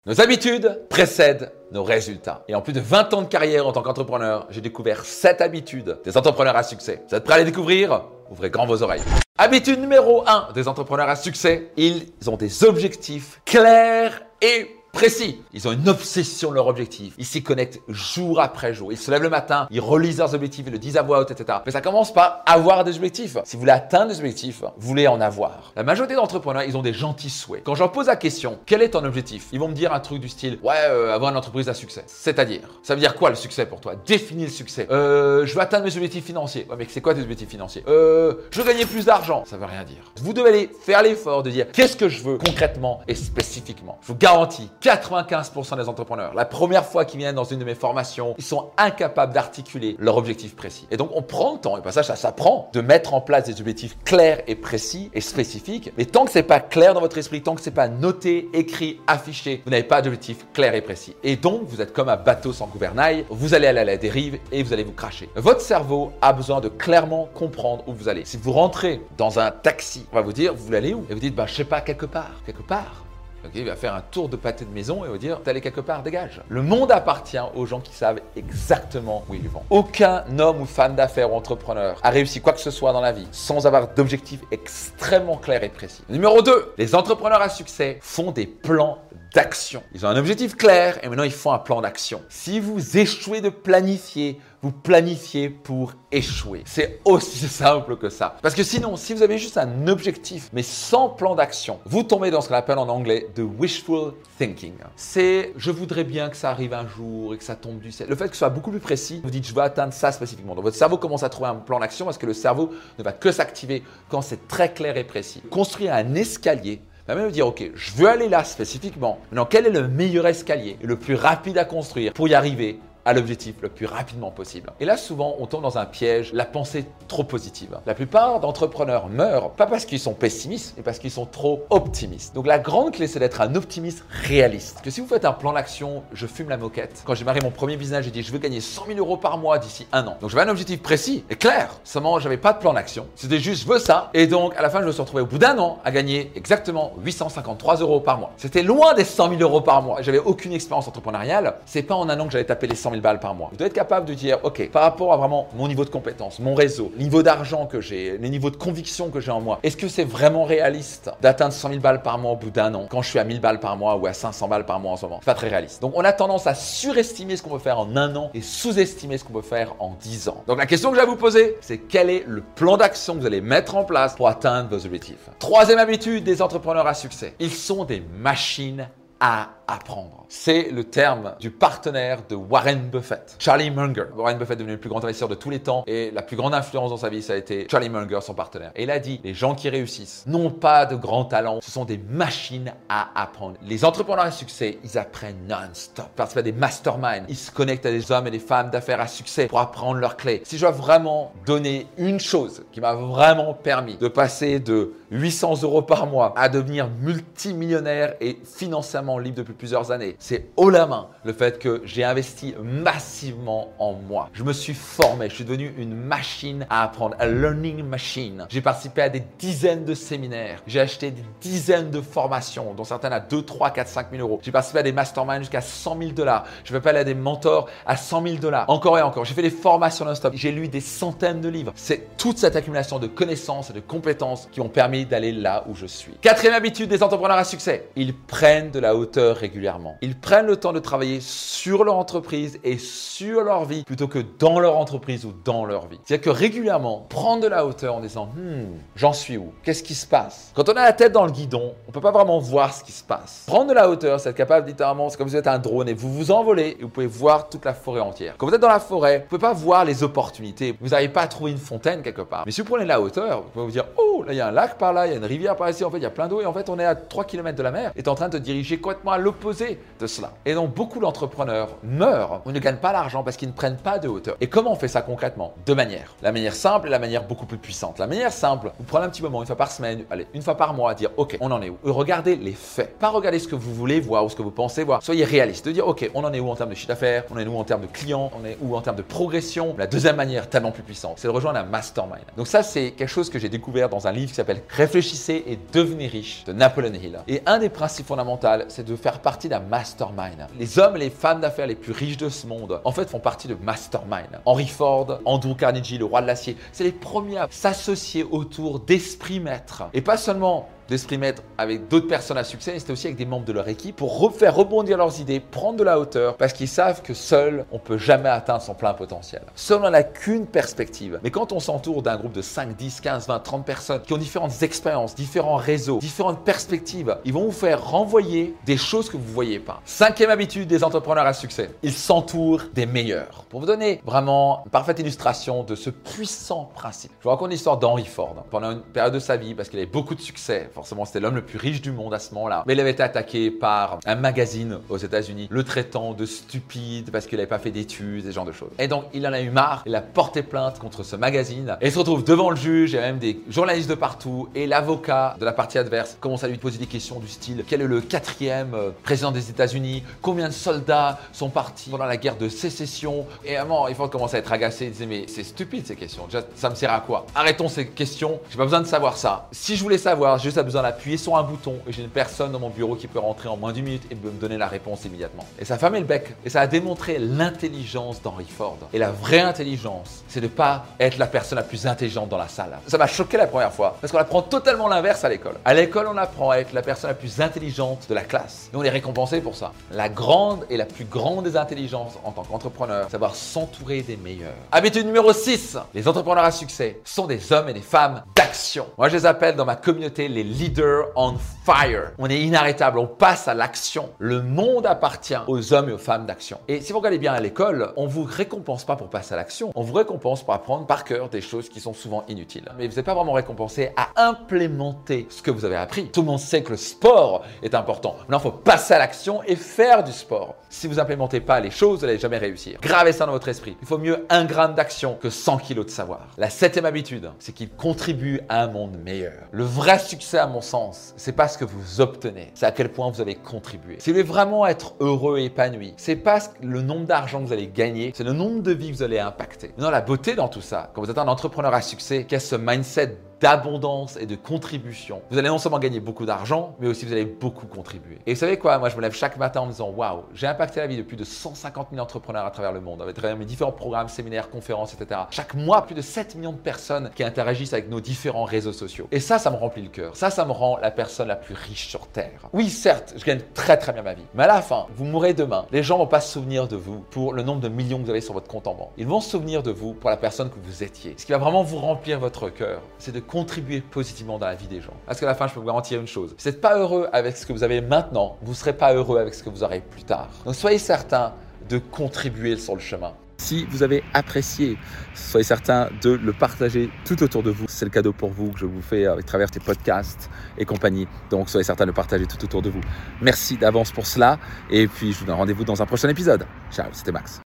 Nos habitudes précèdent nos résultats. Et en plus de 20 ans de carrière en tant qu'entrepreneur, j'ai découvert 7 habitudes des entrepreneurs à succès. Vous êtes prêts à les découvrir? Ouvrez grand vos oreilles. Habitude numéro 1 des entrepreneurs à succès, ils ont des objectifs clairs et précis. Ils ont une obsession de leur objectif. Ils s'y connectent jour après jour. Ils se lèvent le matin, ils relisent leurs objectifs, ils le disent à voix haute, etc. Mais ça commence par avoir des objectifs. Si vous voulez atteindre des objectifs, vous voulez en avoir. La majorité d'entrepreneurs, ils ont des gentils souhaits. Quand je leur pose la question, quel est ton objectif? Ils vont me dire un truc du style, avoir une entreprise à succès. C'est-à-dire, ça veut dire quoi le succès pour toi? Définis le succès. Je veux atteindre mes objectifs financiers. Ouais, mais c'est quoi tes objectifs financiers? Je veux gagner plus d'argent. Ça veut rien dire. Vous devez aller faire l'effort de dire, qu'est-ce que je veux concrètement et spécifiquement? Je vous garantis, 95% des entrepreneurs, la première fois qu'ils viennent dans une de mes formations, ils sont incapables d'articuler leur objectif précis. Et donc, on prend le temps, et pas ça s'apprend, de mettre en place des objectifs clairs et précis et spécifiques. Mais tant que c'est pas clair dans votre esprit, tant que c'est pas noté, écrit, affiché, vous n'avez pas d'objectif clair et précis. Et donc, vous êtes comme un bateau sans gouvernail, vous allez aller à la dérive et vous allez vous cracher. Votre cerveau a besoin de clairement comprendre où vous allez. Si vous rentrez dans un taxi, on va vous dire, vous voulez aller où? Et vous dites, je sais pas, quelque part. Quelque part. Ok, il va faire un tour de pâté de maison et va dire, t'es allé quelque part, dégage. Le monde appartient aux gens qui savent exactement où ils vont. Aucun homme ou femme d'affaires ou entrepreneur a réussi quoi que ce soit dans la vie sans avoir d'objectifs extrêmement clairs et précis. Numéro 2, les entrepreneurs à succès font des plans d'action. Ils ont un objectif clair et maintenant ils font un plan d'action. Si vous échouez de planifier, vous planifiez pour échouer. C'est aussi simple que ça. Parce que sinon, si vous avez juste un objectif, mais sans plan d'action, vous tombez dans ce qu'on appelle en anglais de wishful thinking. C'est je voudrais bien que ça arrive un jour et que ça tombe du ciel. Le fait que ce soit beaucoup plus précis, vous dites je veux atteindre ça spécifiquement. Donc votre cerveau commence à trouver un plan d'action parce que le cerveau ne va que s'activer quand c'est très clair et précis. Construire un escalier, va même dire, ok, je veux aller là spécifiquement. Maintenant, quel est le meilleur escalier et le plus rapide à construire pour y arriver à l'objectif le plus rapidement possible? Et là, souvent, on tombe dans un piège, la pensée trop positive. La plupart d'entrepreneurs meurent, pas parce qu'ils sont pessimistes, mais parce qu'ils sont trop optimistes. Donc, la grande clé, c'est d'être un optimiste réaliste. Parce que si vous faites un plan d'action, je fume la moquette. Quand j'ai démarré mon premier business, j'ai dit, je veux gagner 100 000 euros par mois d'ici 1 an. Donc, j'avais un objectif précis et clair. Seulement, j'avais pas de plan d'action. C'était juste, je veux ça. Et donc, à la fin, je me suis retrouvé au bout d'1 an à gagner exactement 853 euros par mois. C'était loin des 100 000 euros par mois. J'avais aucune expérience entrepreneuriale. C'est pas en 1 an que j'allais taper les 100 000 balles par mois. Vous devez être capable de dire, ok, par rapport à vraiment mon niveau de compétence, mon réseau, le niveau d'argent que j'ai, les niveaux de conviction que j'ai en moi, est-ce que c'est vraiment réaliste d'atteindre 100 000 balles par mois au bout d'1 an quand je suis à 1000 balles par mois ou à 500 balles par mois en ce moment? C'est pas très réaliste. Donc, on a tendance à surestimer ce qu'on peut faire en 1 an et sous-estimer ce qu'on peut faire en 10 ans. Donc, la question que je vais vous poser, c'est quel est le plan d'action que vous allez mettre en place pour atteindre vos objectifs? Troisième habitude des entrepreneurs à succès. Ils sont des machines à apprendre. C'est le terme du partenaire de Warren Buffett, Charlie Munger. Warren Buffett est devenu le plus grand investisseur de tous les temps et la plus grande influence dans sa vie, ça a été Charlie Munger, son partenaire. Et il a dit, les gens qui réussissent n'ont pas de grands talents, ce sont des machines à apprendre. Les entrepreneurs à succès, ils apprennent non-stop. Ils participent à des masterminds, ils se connectent à des hommes et des femmes d'affaires à succès pour apprendre leurs clés. Si je dois vraiment donner une chose qui m'a vraiment permis de passer de 800 euros par mois à devenir multimillionnaire et financièrement libre depuis plusieurs années, c'est haut la main le fait que j'ai investi massivement en moi. Je me suis formé, je suis devenu une machine à apprendre, a learning machine. J'ai participé à des dizaines de séminaires, j'ai acheté des dizaines de formations, dont certaines à 2, 3, 4, 5 000 euros. J'ai participé à des masterminds jusqu'à 100 000 $. Je vais pas aller à des mentors à 100 000 $. Encore et encore. J'ai fait des formations non-stop. J'ai lu des centaines de livres. C'est toute cette accumulation de connaissances et de compétences qui ont permis d'aller là où je suis. Quatrième habitude des entrepreneurs à succès. Ils prennent de la hauteur régulièrement. Ils prennent le temps de travailler sur leur entreprise et sur leur vie plutôt que dans leur entreprise ou dans leur vie. C'est-à-dire que régulièrement, prendre de la hauteur en disant j'en suis où? Qu'est-ce qui se passe? Quand on a la tête dans le guidon, on ne peut pas vraiment voir ce qui se passe. Prendre de la hauteur, c'est être capable littéralement, c'est comme si vous êtes un drone et vous vous envolez et vous pouvez voir toute la forêt entière. Quand vous êtes dans la forêt, vous ne pouvez pas voir les opportunités. Vous n'arrivez pas à trouver une fontaine quelque part. Mais si vous prenez de la hauteur, vous pouvez vous dire oh, là il y a un lac par là, il y a une rivière par ici, en fait il y a plein d'eau et en fait on est à 3 km de la mer et tu es en train de te diriger complètement à l'opposé de cela. Et donc beaucoup d'entrepreneurs meurent ou ne gagnent pas l'argent parce qu'ils ne prennent pas de hauteur. Et comment on fait ça concrètement? Deux manières. La manière simple et la manière beaucoup plus puissante. La manière simple, vous prenez un petit moment, une fois par semaine, allez, une fois par mois, à dire ok, on en est où? Regardez les faits. Pas regarder ce que vous voulez voir ou ce que vous pensez voir. Soyez réaliste. De dire ok, on en est où en termes de chiffre d'affaires? On en est où en termes de clients? On est où en termes de progression? La deuxième manière, tellement plus puissante, c'est de rejoindre un mastermind. Donc ça, c'est quelque chose que j'ai découvert dans un livre qui s'appelle Réfléchissez et devenez riche de Napoleon Hill. Et un des principes fondamentaux, c'est de faire partie d'un mastermind. Les hommes et les femmes d'affaires les plus riches de ce monde, en fait, font partie de mastermind. Henry Ford, Andrew Carnegie, le roi de l'acier, c'est les premiers à s'associer autour d'esprits maîtres. Et pas seulement d'esprit maître avec d'autres personnes à succès, mais c'était aussi avec des membres de leur équipe pour faire rebondir leurs idées, prendre de la hauteur, parce qu'ils savent que seul, on ne peut jamais atteindre son plein potentiel. Seul, on n'a qu'une perspective. Mais quand on s'entoure d'un groupe de 5, 10, 15, 20, 30 personnes qui ont différentes expériences, différents réseaux, différentes perspectives, ils vont vous faire renvoyer des choses que vous ne voyez pas. 5e habitude des entrepreneurs à succès, ils s'entourent des meilleurs. Pour vous donner vraiment une parfaite illustration de ce puissant principe, je vous raconte l'histoire d'Henry Ford. Pendant une période de sa vie, parce qu'il avait beaucoup de succès, forcément, c'était l'homme le plus riche du monde à ce moment-là. Mais il avait été attaqué par un magazine aux États-Unis, le traitant de stupide parce qu'il n'avait pas fait d'études, ce genre de choses. Et donc, il en a eu marre. Il a porté plainte contre ce magazine. Et il se retrouve devant le juge. Il y a même des journalistes de partout. Et l'avocat de la partie adverse commence à lui poser des questions du style: quel est le 4e président des États-Unis? Combien de soldats sont partis pendant la guerre de sécession? Et à un moment, il faut commencer à être agacé. Il disait: mais c'est stupide ces questions. Déjà, ça me sert à quoi? Arrêtons ces questions. J'ai pas besoin de savoir ça. Si je voulais savoir, j'ai juste besoin d'appuyer sur un bouton et j'ai une personne dans mon bureau qui peut rentrer en moins d'1 minute et me donner la réponse immédiatement. Et ça a fermé le bec. Et ça a démontré l'intelligence d'Henry Ford. Et la vraie intelligence, c'est de ne pas être la personne la plus intelligente dans la salle. Ça m'a choqué la première fois parce qu'on apprend totalement l'inverse à l'école. À l'école, on apprend à être la personne la plus intelligente de la classe. Et on est récompensé pour ça. La grande et la plus grande des intelligences en tant qu'entrepreneur, savoir s'entourer des meilleurs. Habitude numéro 6. Les entrepreneurs à succès sont des hommes et des femmes d'action. Moi, je les appelle dans ma communauté les leaders on fire. On est inarrêtable, on passe à l'action. Le monde appartient aux hommes et aux femmes d'action. Et si vous regardez bien à l'école, on ne vous récompense pas pour passer à l'action. On vous récompense pour apprendre par cœur des choses qui sont souvent inutiles. Mais vous n'êtes pas vraiment récompensé à implémenter ce que vous avez appris. Tout le monde sait que le sport est important. Maintenant, il faut passer à l'action et faire du sport. Si vous n'implémentez pas les choses, vous n'allez jamais réussir. Gravez ça dans votre esprit. Il faut mieux 1 gramme d'action que 100 kilos de savoir. La 7e habitude, c'est qu'il contribue à un monde meilleur. Le vrai succès, à mon sens, c'est pas ce que vous obtenez, c'est à quel point vous avez contribué. Si vous voulez vraiment être heureux et épanoui, c'est pas le nombre d'argent que vous allez gagner, c'est le nombre de vies que vous allez impacter. Non, la beauté dans tout ça, quand vous êtes un entrepreneur à succès qui a ce mindset d'abondance et de contribution, vous allez non seulement gagner beaucoup d'argent, mais aussi vous allez beaucoup contribuer. Et vous savez quoi? Moi, je me lève chaque matin en me disant: waouh, j'ai impacté la vie de plus de 150 000 entrepreneurs à travers le monde, avec mes différents programmes, séminaires, conférences, etc. Chaque mois, plus de 7 millions de personnes qui interagissent avec nos différents réseaux sociaux. Et ça me remplit le cœur. Ça me rend la personne la plus riche sur Terre. Oui, certes, je gagne très très bien ma vie. Mais à la fin, vous mourrez demain. Les gens ne vont pas se souvenir de vous pour le nombre de millions que vous avez sur votre compte en banque. Ils vont se souvenir de vous pour la personne que vous étiez. Ce qui va vraiment vous remplir votre cœur, c'est de contribuer positivement dans la vie des gens. Parce qu'à la fin, je peux vous garantir une chose: si vous n'êtes pas heureux avec ce que vous avez maintenant, vous ne serez pas heureux avec ce que vous aurez plus tard. Donc soyez certain de contribuer sur le chemin. Si vous avez apprécié, soyez certain de le partager tout autour de vous. C'est le cadeau pour vous que je vous fais avec travers ces podcasts et compagnie. Donc soyez certain de le partager tout autour de vous. Merci d'avance pour cela. Et puis je vous donne rendez-vous dans un prochain épisode. Ciao, c'était Max.